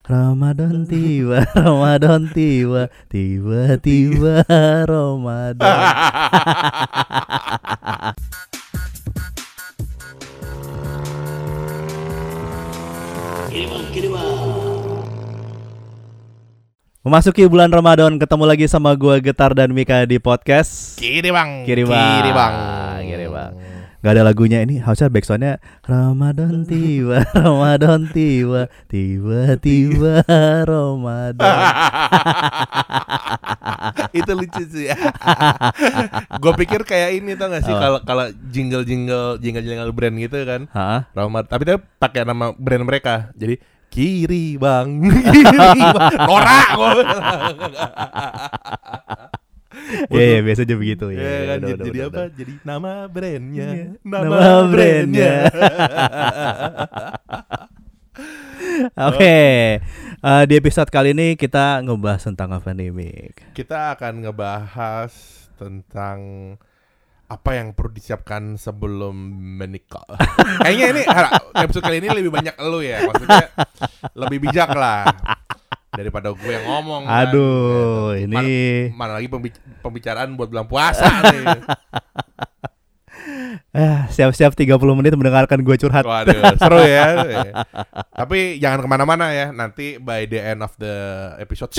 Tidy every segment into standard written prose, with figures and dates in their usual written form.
Ramadan tiba, Ramadan tiba, tiba-tiba Ramadan. Memasuki bulan Ramadan, ketemu lagi sama gua Getar dan Mika di podcast Kiri bang. Gak ada lagunya ini, harusnya backsoundnya Ramadan tiba, Ramadan tiba, tiba-tiba Ramadan. Itu lucu sih. Gue pikir kayak ini tau gak sih, kalau jingle brand gitu kan. Ramadan, tapi dia pakai nama brand mereka. Jadi kiri bang, norak. Iya, biasanya begitu ya. Kan, jadi apa? Jadi nama brandnya. Nama brandnya. Oke, di episode kali ini kita ngebahas tentang apa nih, Mik? Kita akan ngebahas tentang apa yang perlu disiapkan sebelum menikah. Kayaknya ini episode kali ini lebih banyak elu ya. Maksudnya lebih bijak lah daripada gue yang ngomong. Aduh, kan. Ini mana lagi pembicaraan buat bulan puasa nih. Siap-siap 30 menit mendengarkan gue curhat. Waduh, seru ya. Tapi jangan kemana-mana ya. Nanti by the end of the episode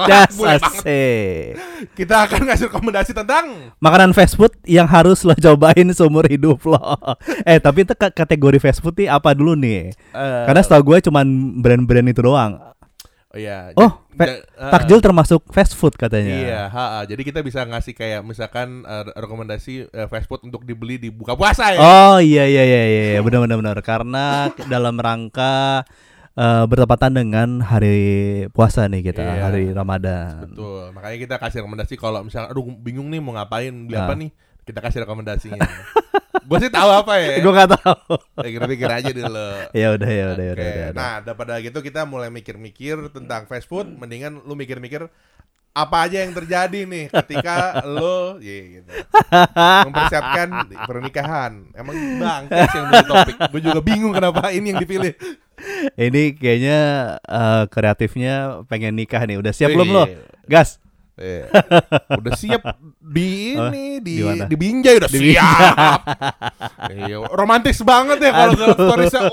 kita akan ngasih rekomendasi tentang makanan fast food yang harus lo cobain seumur hidup lo. Tapi itu kategori fast food nih apa dulu nih? Karena setahu gue cuman brand-brand itu doang. Oh iya. Takjil termasuk fast food katanya. Iya, jadi kita bisa ngasih kayak misalkan rekomendasi fast food untuk dibeli di buka puasa ya. Oh iya, benar. Karena dalam rangka bertepatan dengan hari puasa nih kita, hari Ramadan. Betul. Makanya kita kasih rekomendasi kalau misalkan aduh bingung nih mau ngapain, beli apa nih? Kita kasih rekomendasinya. Gue sih tahu apa ya. Gue nggak tahu. Pikir aja dulu. Ya udah. Nah, daripada gitu kita mulai mikir-mikir tentang fast food. Mendingan lu mikir-mikir apa aja yang terjadi nih ketika lu gitu mempersiapkan pernikahan. Emang bangkes yang milih topik. Gue juga bingung kenapa ini yang dipilih. Ini kayaknya kreatifnya pengen nikah nih. Udah siap belum lo? Gas. Udah siap di Binjai udah siap. Romantis banget ya kalau storiesnya.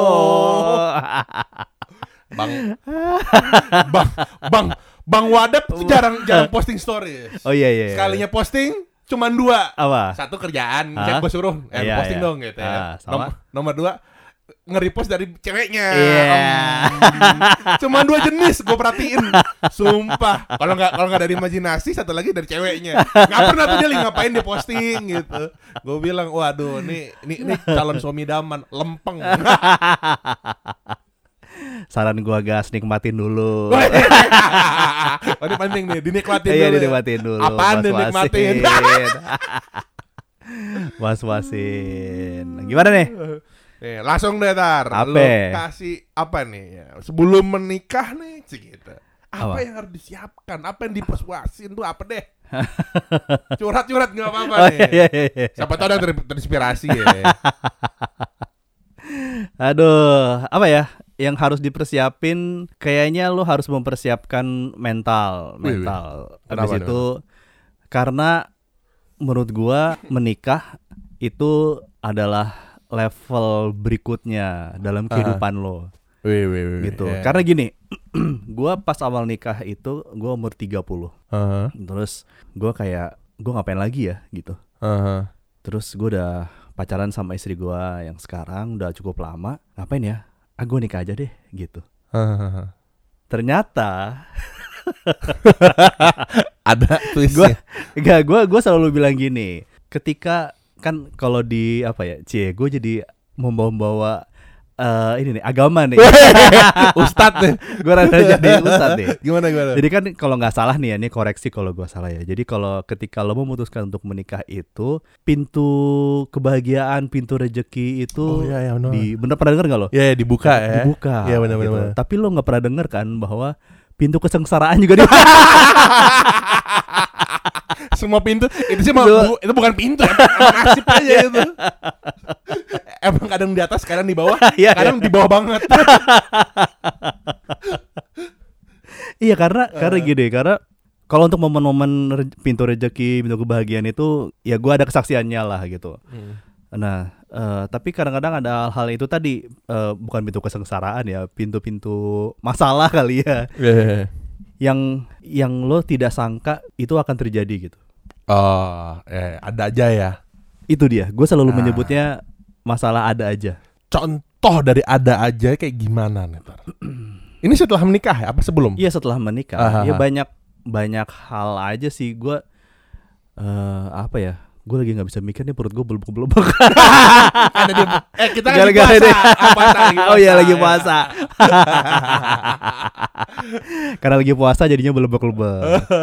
Bang Wadap tuh jarang posting stories. Oh iya. Sekalinya posting cuman 2. Apa? Satu kerjaan, gue suruh posting dong gitu ya. Nomor 2 nge-repost dari ceweknya. Cuman 2 jenis gue perhatiin. Sumpah. Kalau nggak dari imajinasi, satu lagi dari ceweknya. Nggak pernah tuh dia ngapain dia posting gitu. Gue bilang, waduh, ini calon suami daman, lempeng. Saran gua gas, nikmatin dulu. Ini penting nih, dinikmatin dulu. Iya, dinikmatin dulu. Apaan dinikmatin? Was-wasin. Gimana nih? Langsung deh Tar. Lu kasih apa nih ya? Sebelum menikah nih gitu. Apa yang harus disiapkan? Apa yang dipersuasin tuh apa deh? Curhat-curhat gak apa-apa nih. Iya. Siapa tahu ada terinspirasi ya. Aduh, apa ya? Yang harus dipersiapin kayaknya lu harus mempersiapkan mental. Habis itu karena menurut gua menikah itu adalah level berikutnya dalam kehidupan lo. Gitu. Yeah. Karena gini, gua pas awal nikah itu gua umur 30. Terus gua ngapain lagi ya gitu. Terus gua udah pacaran sama istri gua yang sekarang udah cukup lama. Ngapain ya? Gua nikah aja deh gitu. Ternyata ada twistnya. Gua selalu bilang gini, ketika kan kalau di gue jadi membawa ini nih agama nih. Ustadz nih. Gue rada jadi ustadz nih. Gimana? Jadi kan kalau nggak salah nih ya, ini koreksi kalau gue salah ya. Jadi kalau ketika lo memutuskan untuk menikah itu, pintu kebahagiaan, pintu rezeki itu bener pernah denger nggak lo? Iya, dibuka ya. Dibuka. Iya benar. Gitu. Tapi lo nggak pernah denger kan bahwa pintu kesengsaraan juga semua pintu itu sih itu bukan pintu, nasib aja itu. Emang kadang di atas, kadang di bawah, kadang di bawah banget. Iya karena gini, karena kalau untuk momen-momen pintu rezeki, pintu kebahagiaan itu ya gue ada kesaksiannya lah gitu. Nah, tapi kadang-kadang ada hal-hal itu tadi bukan pintu kesengsaraan ya, pintu-pintu masalah kali ya. Yang lo tidak sangka itu akan terjadi gitu. Ada aja ya. Itu dia. Gue selalu menyebutnya masalah ada aja. Contoh dari ada aja kayak gimana nih, Tar? Ini setelah menikah ya? Apa sebelum? Iya setelah menikah. Ya banyak hal aja sih. Gue apa ya? Gue lagi nggak bisa mikir nih, perut gue belebek. Ada dia. Kita lagi puasa. Oh iya lagi puasa. Karena lagi puasa jadinya belebek-belebek.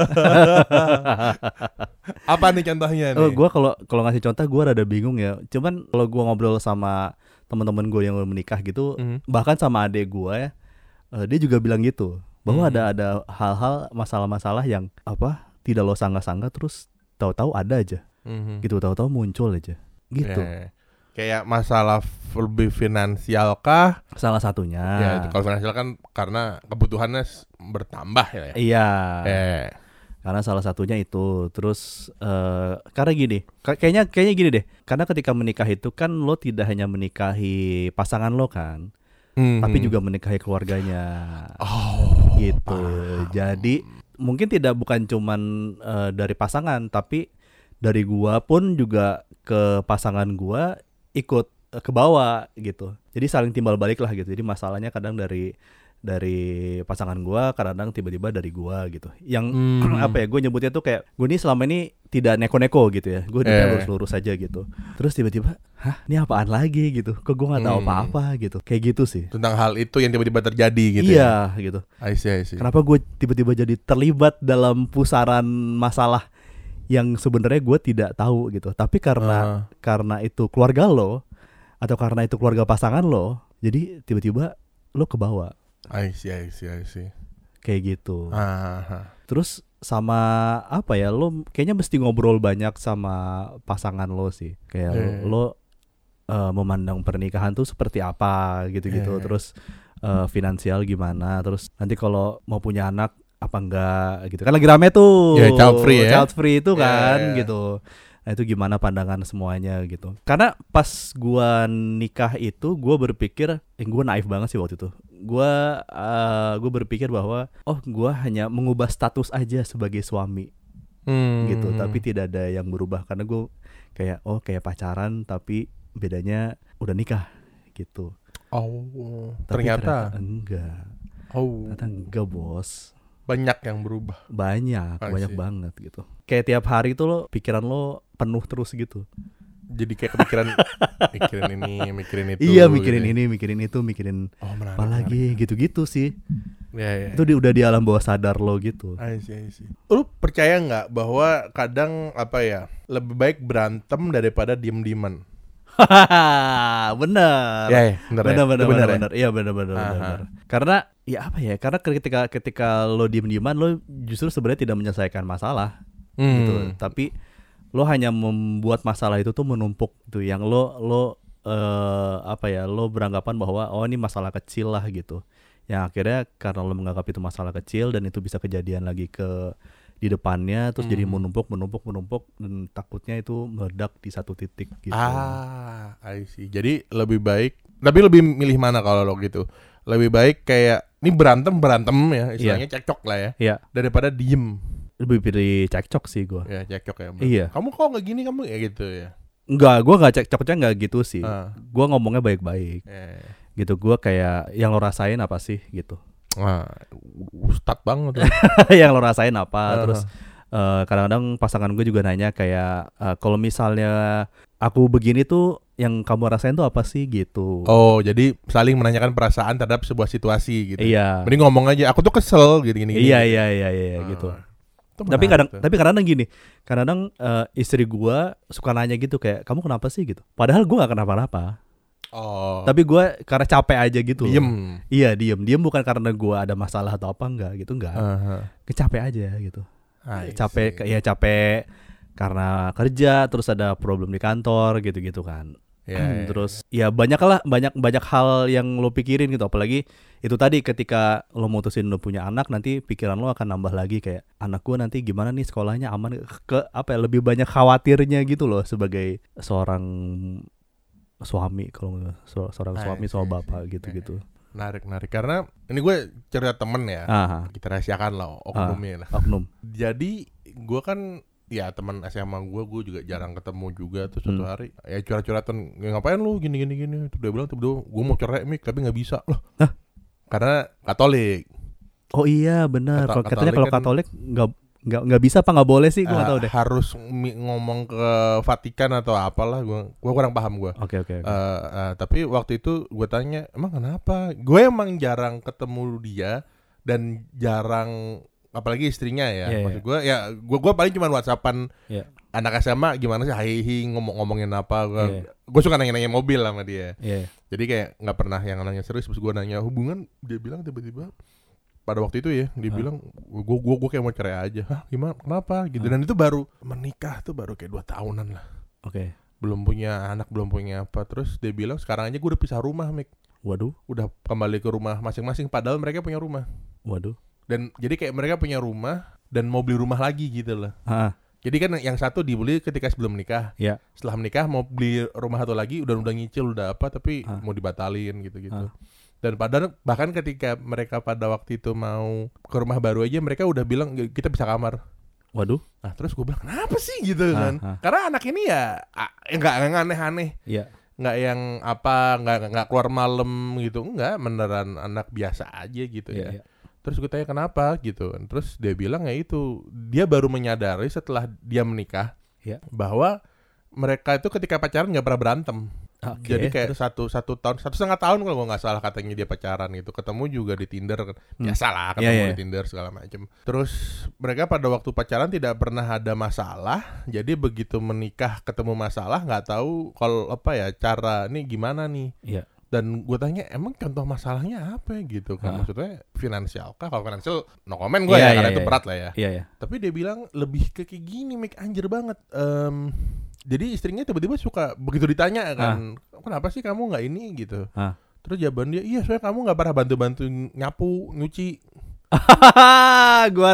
Apa nih contohnya nih? Gue kalau ngasih contoh gue rada bingung ya. Cuman kalau gue ngobrol sama teman-teman gue yang menikah gitu, bahkan sama adik gue ya, dia juga bilang gitu bahwa ada hal-hal masalah-masalah yang apa tidak lo sangka-sangka terus tahu-tahu ada aja. Gitu, tahu-tahu muncul aja gitu. Kayak masalah lebih finansial kah? Salah satunya. Ya, kalau finansial kan karena kebutuhannya bertambah ya. Iya. Karena salah satunya itu. Terus karena gini, kayaknya gini deh. Karena ketika menikah itu kan lo tidak hanya menikahi pasangan lo kan, tapi juga menikahi keluarganya. Gitu. Jadi mungkin bukan cuman dari pasangan, tapi dari gua pun juga ke pasangan gua ikut ke bawah gitu. Jadi saling timbal balik lah gitu. Jadi masalahnya kadang dari pasangan gua, kadang tiba-tiba dari gua gitu. Yang apa ya? Gue nyebutnya tuh kayak gue nih selama ini tidak neko-neko gitu ya. Gue udah lurus-lurus aja gitu. Terus tiba-tiba, ini apaan lagi gitu? Kok gue nggak tahu apa-apa gitu. Kayak gitu sih. Tentang hal itu yang tiba-tiba terjadi gitu. Iya gitu. I see. Kenapa gue tiba-tiba jadi terlibat dalam pusaran masalah yang sebenarnya gue tidak tahu gitu, tapi karena itu keluarga lo atau karena itu keluarga pasangan lo, jadi tiba-tiba lo kebawa. I see. Kayak gitu. Terus sama apa ya, lo kayaknya mesti ngobrol banyak sama pasangan lo sih, kayak lo memandang pernikahan tuh seperti apa gitu-gitu. Terus finansial gimana, terus nanti kalau mau punya anak apa enggak gitu kan, lagi rame tuh child free itu kan gitu. Nah itu gimana pandangan semuanya gitu. Karena pas gua nikah itu gua berpikir, gua naif banget sih waktu itu. Gua berpikir bahwa gua hanya mengubah status aja sebagai suami gitu, tapi tidak ada yang berubah. Karena gua kayak kayak pacaran tapi bedanya udah nikah gitu. Tapi ternyata enggak. Ternyata enggak, bos. Banyak yang berubah. Banyak banget gitu. Kayak tiap hari tuh lo pikiran lo penuh terus gitu. Jadi kayak kepikiran mikirin ini, mikirin itu. Iya, mikirin gitu. Ini, mikirin itu, mikirin apa lagi gitu-gitu sih. Ya. Itu udah di alam bawah sadar lo gitu. I see. Lu percaya nggak bahwa kadang apa ya, lebih baik berantem daripada diem-dieman? Bener. Bener. Iya bener. Karena ya apa ya? Karena ketika lo diem-dieman, lo justru sebenarnya tidak menyelesaikan masalah gitu. Tapi lo hanya membuat masalah itu tuh menumpuk tuh. Yang lo lo beranggapan bahwa ini masalah kecil lah gitu. Yang akhirnya karena lo menganggap itu masalah kecil dan itu bisa kejadian lagi di depannya, terus jadi menumpuk dan takutnya itu meledak di satu titik gitu. I see. Jadi lebih baik, tapi lebih milih mana kalau lo gitu? Lebih baik kayak ini berantem ya, istilahnya cekcok lah ya, daripada diem. Lebih pilih cekcok sih gue. Ya cekcok ya. Iya. Kamu kok nggak gini kamu ya gitu ya? Enggak, gue nggak cekcoknya nggak gitu sih. Gue ngomongnya baik-baik. Gitu, gue kayak yang lo rasain apa sih gitu. Ustad banget. Yang lo rasain apa? Terus kadang-kadang pasangan gue juga nanya kayak kalau misalnya aku begini tuh yang kamu rasain tuh apa sih gitu. Jadi saling menanyakan perasaan terhadap sebuah situasi gitu. Iya. Mending ngomong aja, aku tuh kesel gini. Iya gitu. Tapi kadang-kadang gini, kadang istri gue suka nanya gitu kayak, kamu kenapa sih gitu. Padahal gue nggak kenapa-napa. Tapi gue karena capek aja gitu. Diem. Iya diem bukan karena gue ada masalah atau apa, enggak gitu, enggak. Kecapek aja gitu. Capek karena kerja, terus ada problem di kantor gitu kan. Terus ya banyak hal yang lo pikirin gitu. Apalagi itu tadi ketika lo mutusin lo punya anak, nanti pikiran lo akan nambah lagi kayak anak gue nanti gimana nih sekolahnya aman, lebih banyak khawatirnya gitu loh sebagai seorang suami, kalau seorang suami sama bapak gitu. Narik karena ini gue cerita temen ya. Kita rahasiakan lah oknumnya lah. Oknum. Jadi gue kan ya teman SMA gue juga jarang ketemu juga. Terus suatu hari ya curhat-curhatan, ngapain lu gini. Terus dia bilang tiba-tiba gue mau cerai Mik, tapi nggak bisa loh. Karena Katolik. Oh iya benar. Katanya kalau Katolik nggak bisa apa nggak boleh sih, gue nggak tahu deh. Harus ngomong ke Vatikan atau apalah, gue kurang paham gue. Oke. Tapi waktu itu gue tanya emang kenapa? Gue emang jarang ketemu dia dan jarang, apalagi istrinya ya. Maksud gue ya gue paling cuma WhatsAppan anak SMA gimana sih, hihi ngomongin apa. Gue suka nanya-nanya mobil sama dia. Jadi kayak nggak pernah yang nanya serius. Terus gue nanya hubungan, dia bilang tiba-tiba pada waktu itu ya dia bilang gue kayak mau cerai aja. Hah gimana, kenapa gitu. Dan itu baru menikah tuh baru kayak 2 tahunan lah. Belum punya anak, belum punya apa. Terus dia bilang sekarang aja gue udah pisah rumah Mik. Waduh. Udah kembali ke rumah masing-masing, padahal mereka punya rumah. Waduh. Dan jadi kayak mereka punya rumah dan mau beli rumah lagi gitu loh. Jadi kan yang satu dibeli ketika sebelum menikah. Setelah menikah mau beli rumah satu lagi, udah nyicil udah apa, tapi mau dibatalin gitu-gitu. Dan bahkan ketika mereka pada waktu itu mau ke rumah baru aja, mereka udah bilang kita bisa kamar. Waduh. Nah terus gue bilang kenapa sih gitu kan? Karena anak ini ya nggak aneh-aneh, nggak yang apa, nggak keluar malam gitu, nggak, beneran anak biasa aja gitu ya. Terus gue tanya kenapa gitu, terus dia bilang ya itu dia baru menyadari setelah dia menikah bahwa mereka itu ketika pacaran nggak pernah berantem. Jadi kayak satu tahun, 1,5 tahun kalau gue nggak salah katanya dia pacaran gitu, ketemu juga di Tinder, biasalah ketemu di Tinder segala macam. Terus mereka pada waktu pacaran tidak pernah ada masalah, jadi begitu menikah ketemu masalah, nggak tahu kalau apa ya cara nih gimana nih. Dan gue tanya emang contoh masalahnya apa gitu kan, maksudnya finansial kah? Kalau finansial no comment gue karena itu berat lah ya. Tapi dia bilang lebih ke kayak gini Mik, anjir banget. Jadi istrinya tiba-tiba suka begitu ditanya kan, kenapa sih kamu nggak ini gitu. Terus jawaban dia, iya soalnya kamu nggak pernah bantu-bantu nyapu, nyuci. Gua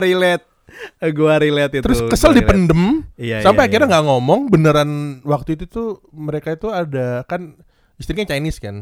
relate itu. Terus kesel dipendem, sampai akhirnya nggak ngomong. Beneran waktu itu tuh mereka itu ada kan istrinya Chinese kan.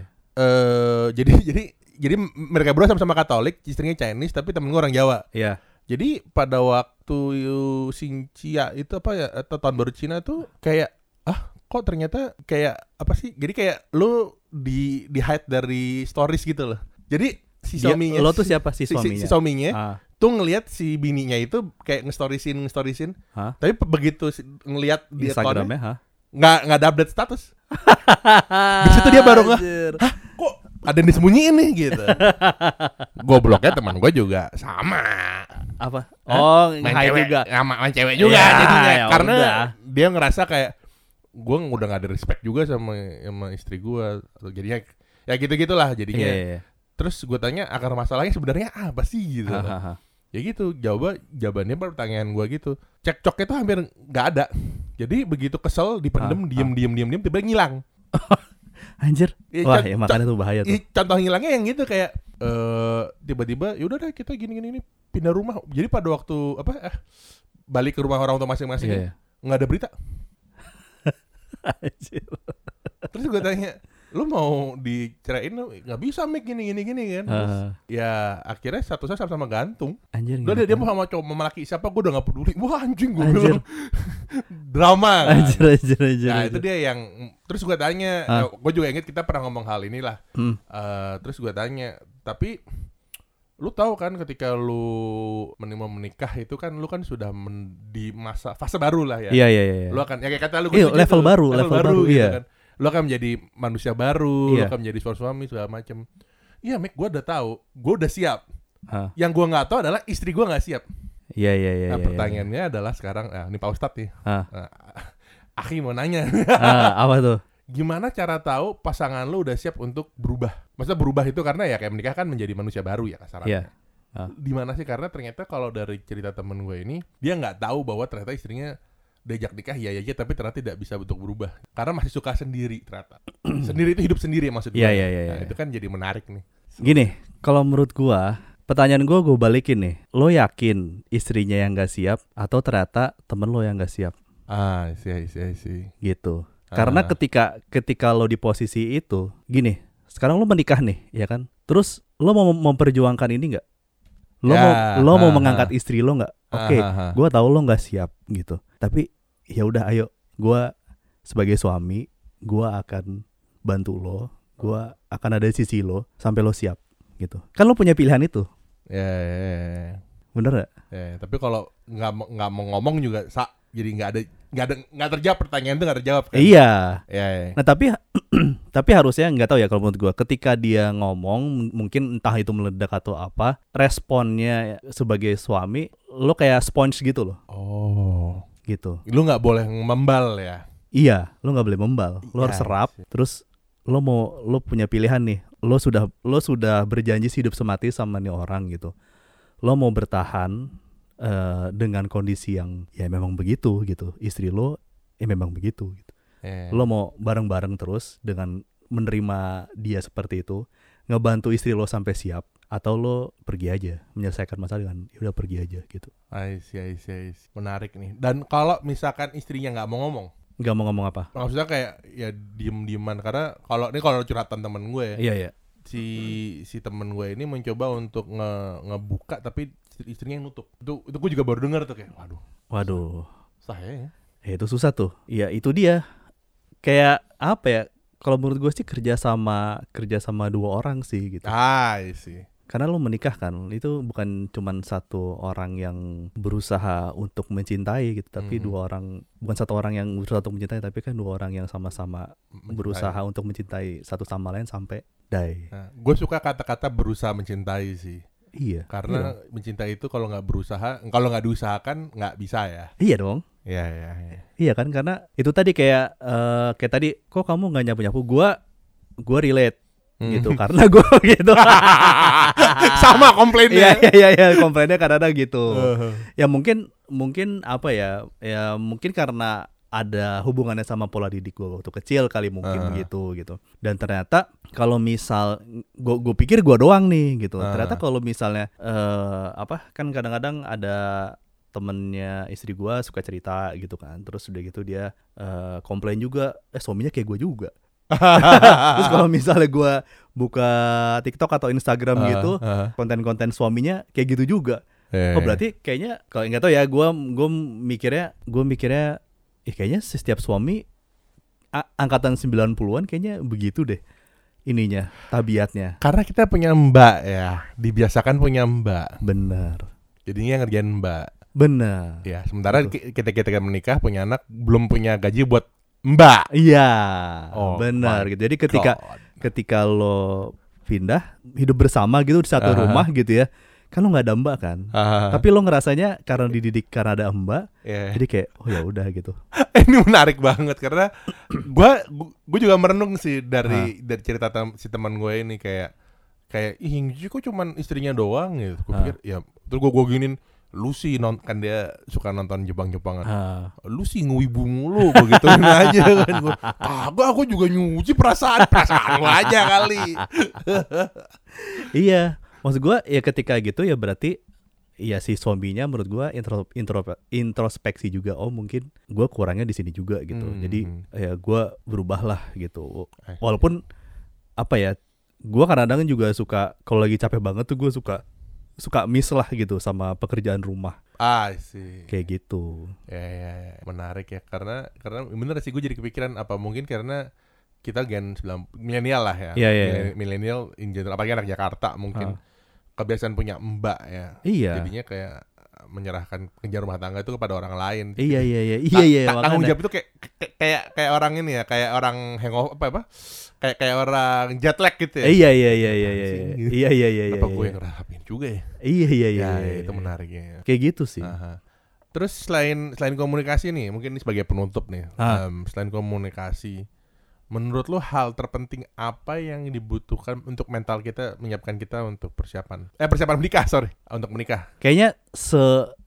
Jadi mereka berdua sama-sama Katolik, istrinya Chinese tapi temen gue orang Jawa. Jadi pada waktu Xinjia itu apa ya, atau tahun baru Cina tuh kayak kok ternyata kayak apa sih? Jadi kayak lu di hide dari stories gitu loh. Jadi si suaminya, lo tuh siapa si suaminya? Si suaminya tuh ngelihat si bininya itu kayak nge-storiesin. Tapi begitu ngelihat di Instagramnya nggak ada update status. Di situ dia baru kok ada yang disembunyiin nih gitu. Gobloknya teman gue juga sama. Apa? Main cewek juga. Main cewek juga jadinya. Karena dia ngerasa kayak gue udah gak ada respect juga sama istri gue. Jadinya ya gitu-gitulah jadinya. Terus gue tanya akar masalahnya sebenarnya apa sih gitu. Ya gitu, jawabannya pertanyaan gue gitu. Cekcoknya tuh hampir gak ada. Jadi begitu kesel dipendem, diem tiba-tiba ngilang. Anjir. Wah, ya makanya tuh bahaya tuh. Contoh ngilangnya yang gitu kayak tiba-tiba yaudah deh kita gini pindah rumah. Jadi pada waktu balik ke rumah orang tua masing-masing nggak ada berita. Anjir. Terus gue tanya, lu mau dicerain nggak bisa Mik gini kan. Terus, ya akhirnya satu saat sama-sama gantung. Anjir. Udah dia mau sama cowok mau laki siapa gue udah nggak peduli. Wah anjing gue bilang drama kan? Anjir. Nah itu dia yang terus gue tanya, gue juga inget kita pernah ngomong hal inilah. Terus gue tanya, tapi lu tahu kan ketika lu menikah itu kan lu kan sudah di masa fase baru lah ya. Iya. Lu akan ya kayak kata lu level baru gitu iya. Kan. Lu akan menjadi manusia baru, lu akan menjadi suami segala macam. Iya, Mik, gue udah tahu, gue udah siap. Yang gue nggak tahu adalah istri gue nggak siap. Iya. Nah, pertanyaannya adalah sekarang, ini Pak Ustadz nih. Akhi mau nanya. Apa tuh? Gimana cara tahu pasangan lu udah siap untuk berubah? Maksudnya berubah itu karena ya kayak menikah kan menjadi manusia baru ya kasarannya. Di mana sih? Karena ternyata kalau dari cerita temen gue ini, dia nggak tahu bahwa ternyata istrinya diajak nikah iya aja tapi ternyata tidak bisa untuk berubah karena masih suka sendiri ternyata. Sendiri itu hidup sendiri maksud gue. Iya. Itu kan jadi menarik nih. Gini, kalau menurut gua, pertanyaan gua balikin nih. Lo yakin istrinya yang gak siap atau ternyata temen lo yang gak siap? Sih. Gitu. Karena ketika lo di posisi itu, gini, sekarang lo menikah nih, ya kan? Terus lo mau memperjuangkan ini nggak? Lo mau mengangkat istri lo nggak? Oke, gue tahu lo nggak siap gitu. Tapi ya udah, ayo, gue sebagai suami, gue akan bantu lo, gue akan ada di sisi lo sampai lo siap gitu. Kan lo punya pilihan itu. Ya. Bener nggak? Ya, tapi kalau nggak mau ngomong juga jadi nggak terjawab, pertanyaan itu nggak terjawab kan? Iya. Ya. Nah tapi harusnya nggak tahu ya kalau menurut gue, ketika dia ngomong mungkin entah itu meledak atau apa, responnya sebagai suami lo kayak sponge gitu loh. Oh. Gitu. Lu nggak boleh membal ya? Iya, lo nggak boleh membal. Lo harus serap. Terus lo punya pilihan nih. Lo sudah berjanji hidup semati sama nih orang gitu. Lo mau bertahan dengan kondisi yang ya memang begitu gitu, istri lo ya memang begitu gitu. Lo mau bareng-bareng terus dengan menerima dia seperti itu, ngebantu istri lo sampai siap, atau lo pergi aja menyelesaikan masalah dengan ya udah pergi aja gitu. I see. Menarik nih. Dan kalau misalkan istrinya nggak mau ngomong apa? Maksudnya kayak ya diem-dieman, karena kalau curhatan temen gue. Iya. Si temen gue ini mencoba untuk ngebuka tapi istrinya yang nutup. Itu gue juga baru dengar tuh kayak waduh. Saya ya itu susah tuh. Ya itu dia. Kayak apa ya? Kalau menurut gue sih kerja sama dua orang sih gitu. Sih. Karena lo menikah kan, itu bukan cuman satu orang yang berusaha untuk mencintai gitu, tapi dua orang, bukan satu orang yang berusaha untuk mencintai, tapi kan dua orang yang sama-sama berusaha untuk mencintai satu sama lain sampai die. Nah, gue suka kata-kata berusaha mencintai sih. Iya. Karena mencintai itu kalau nggak berusaha, kalau nggak diusahakan nggak bisa ya. Iya dong. Iya. Iya kan, karena itu tadi kayak tadi, kok kamu nggak nyapu, gue relate. Gitu karena gue gitu. Sama komplainnya. Iya, komplainnya kadang-kadang gitu. Ya mungkin apa ya mungkin karena ada hubungannya sama pola didik gue waktu kecil kali mungkin gitu. Dan ternyata kalau misal gue pikir gue doang nih gitu. Ternyata kalau misalnya kan kadang-kadang ada temennya istri gue suka cerita gitu kan. Terus udah gitu dia komplain juga, suaminya kayak gue juga. Terus kalau misalnya gue buka TikTok atau Instagram gitu, konten-konten suaminya kayak gitu juga. Oh berarti kayaknya, kalau nggak tahu ya, gue mikirnya kayaknya setiap suami angkatan 90-an kayaknya begitu deh ininya, tabiatnya. Karena kita punya mbak ya, dibiasakan punya mbak. Benar. Jadinya ngerjain mbak. Benar. Ya, sementara kita menikah punya anak belum punya gaji buat mbak. Iya, benar gitu. Jadi ketika lo pindah hidup bersama gitu di satu rumah gitu ya, kan lo nggak ada mbak kan, tapi lo ngerasanya karena dididik karena ada mbak, jadi kayak oh ya udah gitu. Ini menarik banget karena gue juga merenung sih dari cerita si teman gue ini kayak kok cuman istrinya doang gitu. Gue pikir ya, terus gue ginin, lu sih kan dia suka nonton Jepang-Jepangan. Lu sih ngewibu mulu, gue gituin aja kan. Aku juga nyuci perasaan lu aja kali. Iya, maksud gue ya ketika gitu ya berarti ya si suaminya menurut gue introspeksi juga. Oh mungkin gue kurangnya di sini juga gitu. Jadi ya gue berubah lah gitu. Walaupun apa ya, gue kadang-kadang juga suka kalau lagi capek banget tuh gue suka miss lah gitu sama pekerjaan rumah. Sih. Kayak gitu. Ya, menarik ya, karena bener sih gue jadi kepikiran apa mungkin karena kita gen 90 milenial lah ya. Milenial in general, apalagi anak Jakarta mungkin kebiasaan punya mbak ya. Iya. Jadinya kayak menyerahkan pekerjaan rumah tangga itu kepada orang lain. Iya. Tanggung jawab itu kayak orang ini ya, kayak orang hangover apa? Kayak orang jet lag gitu ya. Iya. Kenapa gue yang ngerapin juga ya? Iya. Itu menariknya. Kayak gitu sih. Terus selain komunikasi nih, mungkin ini sebagai penutup nih. Selain komunikasi, menurut lo hal terpenting apa yang dibutuhkan untuk mental kita, menyiapkan kita untuk persiapan menikah, untuk menikah? Kayaknya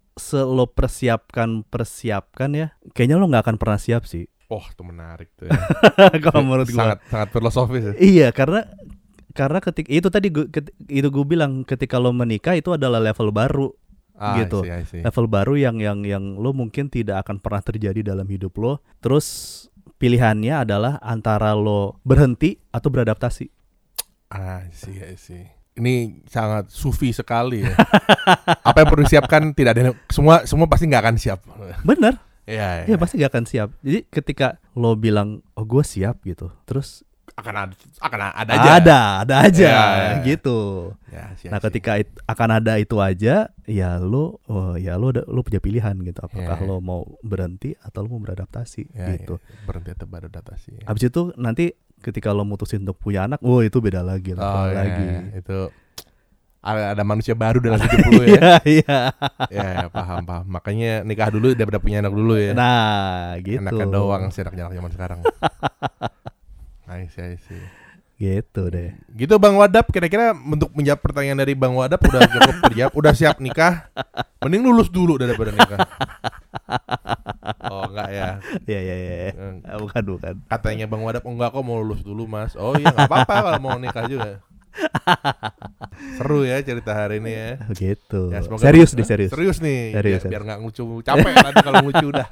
lo persiapkan ya, kayaknya lo nggak akan pernah siap sih. Oh, itu menarik tuh. Ya. Kalau menurut gue. Sangat filosofis. Ya? Iya, karena ketika itu tadi gue bilang ketika lo menikah itu adalah level baru. Gitu. I see. Level baru yang lo mungkin tidak akan pernah terjadi dalam hidup lo. Terus pilihannya adalah antara lo berhenti atau beradaptasi. I see. Ini sangat sufi sekali ya. Apa yang perlu disiapkan tidak ada, semua pasti nggak akan siap. Bener. Iya, pasti nggak akan siap. Jadi ketika lo bilang, oh gue siap gitu, terus akan ada aja. Ada aja gitu. Ya, nah, ketika akan ada itu aja, ya lo punya pilihan gitu. Apakah lo mau berhenti atau lo mau beradaptasi gitu. Berhenti atau beradaptasi. Abis itu nanti ketika lo mutusin untuk punya anak, itu beda lagi. Lagi. Itu ada manusia baru dalam hidup lu ya. Ya, paham. Makanya nikah dulu daripada punya anak dulu ya. Nah, gitu. Enaknya doang sih anak zaman sekarang. I see. Gitu deh. Gitu Bang Wadap, kira-kira untuk menjawab pertanyaan dari Bang Wadap udah cukup terjawab, udah siap nikah. Mending lulus dulu daripada nikah. Oh enggak ya. Iya. Bukan. Katanya Bang Wadap enggak kok, mau lulus dulu Mas. Oh iya enggak apa-apa kalau mau nikah juga. Seru ya cerita hari ini ya. Gitu. Ya, serius nih. Serius nih. Serius. Biar enggak ngelucu. Capek nanti kalau ngelucu udah.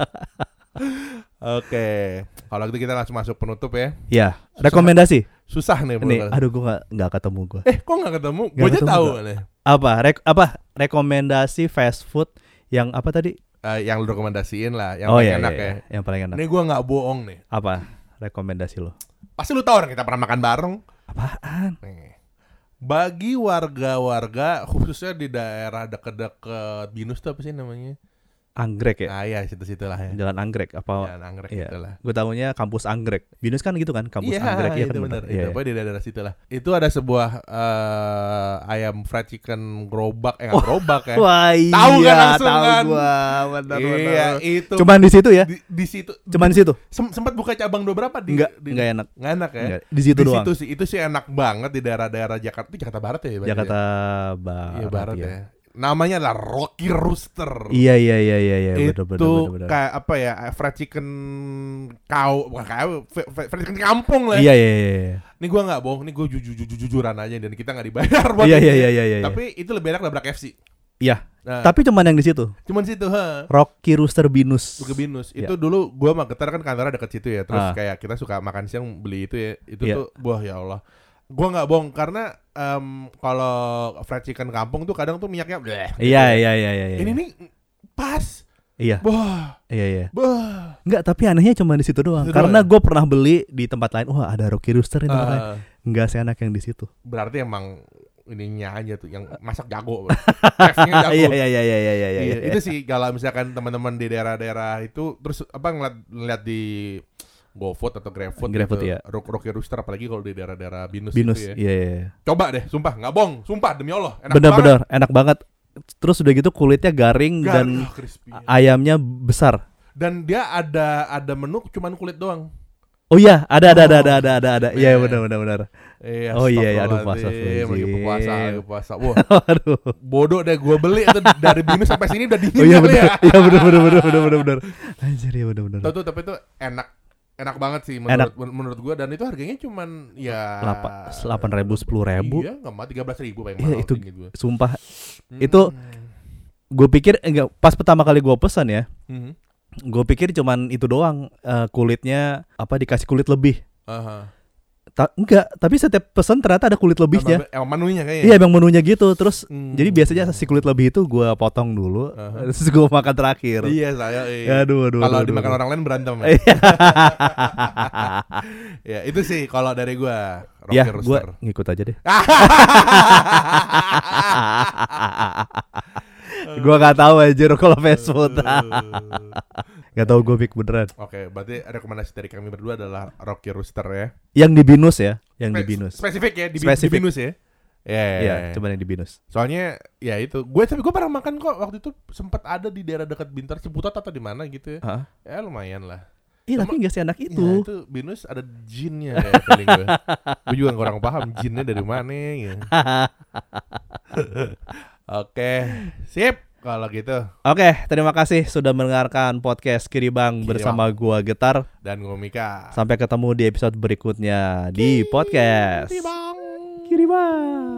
Oke. Kalau gitu kita langsung masuk penutup ya. Ya, rekomendasi. Susah nih. Aduh, gue nggak ketemu gue. Kok nggak ketemu? Gue aja tahu nih. Apa rekomendasi fast food yang apa tadi? Yang lu rekomendasiin lah, yang paling enak ya. Yang paling enak. Ini gue nggak bohong nih. Apa rekomendasi lo? Pasti lu tahu orang kita pernah makan bareng. Apaan? Nih. Bagi warga-warga khususnya di daerah dekat-dekat Binus tuh apa sih namanya? Anggrek ya? Iya, situ-situ lah ya. Jalan Anggrek apa? Jalan Anggrek iya. itulah. Gue tahunya kampus Anggrek. Binus kan gitu kan, kampus Anggrek ya kan benar. Iya. Itu di daerah situ lah. Itu ada sebuah ayam fried chicken gerobak, gerobak ya. Wah, iya, tahu kan langsung tahu kan? Gua, benar. Iya, itu. Cuman di situ ya? Di situ. Cuman di situ. Sempat buka cabang beberapa Enggak enak. Enggak enak ya. Enggak, di situ doang. Itu sih enak banget di daerah-daerah Jakarta. Itu Jakarta Barat ya? Jakarta Barat. Iya, Barat ya. Namanya lah Rocky Rooster. Iya. Itu bener. kayak apa ya? Fried chicken fried chicken kampung lah. Iya. Ini gue nggak bohong, ini gue jujuran aja dan kita nggak dibayar buat Iya. Tapi itu lebih enak daripada KFC. Iya. Nah, tapi cuman yang di situ. Rocky Rooster Binus. Itu dulu gue sama Getar kan kantornya deket situ ya. Terus kayak kita suka makan siang beli itu ya. Itu tuh wah ya Allah. Gue nggak bohong karena kalau fried chicken kampung tuh kadang tuh minyaknya Iya. Ini nih pas. Iya. Wah. Iya. Enggak, tapi anehnya cuma di situ doang. Karena gue pernah beli di tempat lain. Wah, ada Rocky Rooster itu makanya. Enggak seenak yang di situ. Berarti emang ininya aja tuh yang masak jago. Chefnya jago. Iya. Itu sih kalau misalkan teman-teman di daerah-daerah itu terus ngeliat di GoFood atau GrabFood gitu, ya. Rocky Rooster apalagi kalau di daerah-daerah Binus itu ya. Iya. Coba deh, sumpah nggak bohong, sumpah demi Allah, enak bener, enak banget. Terus udah gitu kulitnya garing dan crispy. Ayamnya besar. Dan dia ada menu cuman kulit doang. Oh iya, ada. Iya, benar. Iya, aduh puasa. Lagi puasa. Wah. Aduh. Bodoh deh gue beli itu dari Binus sampai sini udah dingin. Oh iya benar. Iya benar. Anjir ya benar. Tuh tapi itu enak banget sih menurut gue, dan itu harganya cuman ya 8.000 10.000. Iya, enggak mah 13.000 paling mahal itu gue. Sumpah. Itu gue pikir pas pertama kali gue pesan ya. Gue pikir cuman itu doang, kulitnya dikasih kulit lebih. Enggak, tapi setiap pesan ternyata ada kulit lebihnya. Emang menunya kayaknya. Iya, emang menunya gitu. Terus jadi biasanya si kulit lebih itu gue potong dulu, terus gue makan terakhir. Iya, saya. Aduh. Kalau dimakan orang lain berantem. Ya, itu sih kalau dari gue. Ya, gue ngikut aja deh. Gue nggak tahu aja kalau fast food. Gak tau gue big beneran. Oke, berarti rekomendasi dari kami berdua adalah Rocky Rooster ya. Yang di Binus ya, di Binus. Spesifik ya, di Binus ya. Iya, cuma yang di Binus. Soalnya ya itu, gue pernah makan kok waktu itu, sempat ada di daerah dekat Bintar, Ciputat atau di mana gitu ya. Ya lumayan lah. Iya, tapi nggak seenak itu. Ya, itu Binus ada jinnya ya, feeling gue. Gue juga kurang paham jinnya dari mana ya. Oke, sip. Kalau gitu. Oke, terima kasih sudah mendengarkan podcast Kiribang bersama gua Getar dan gua Mika. Sampai ketemu di episode berikutnya di podcast Kiribang.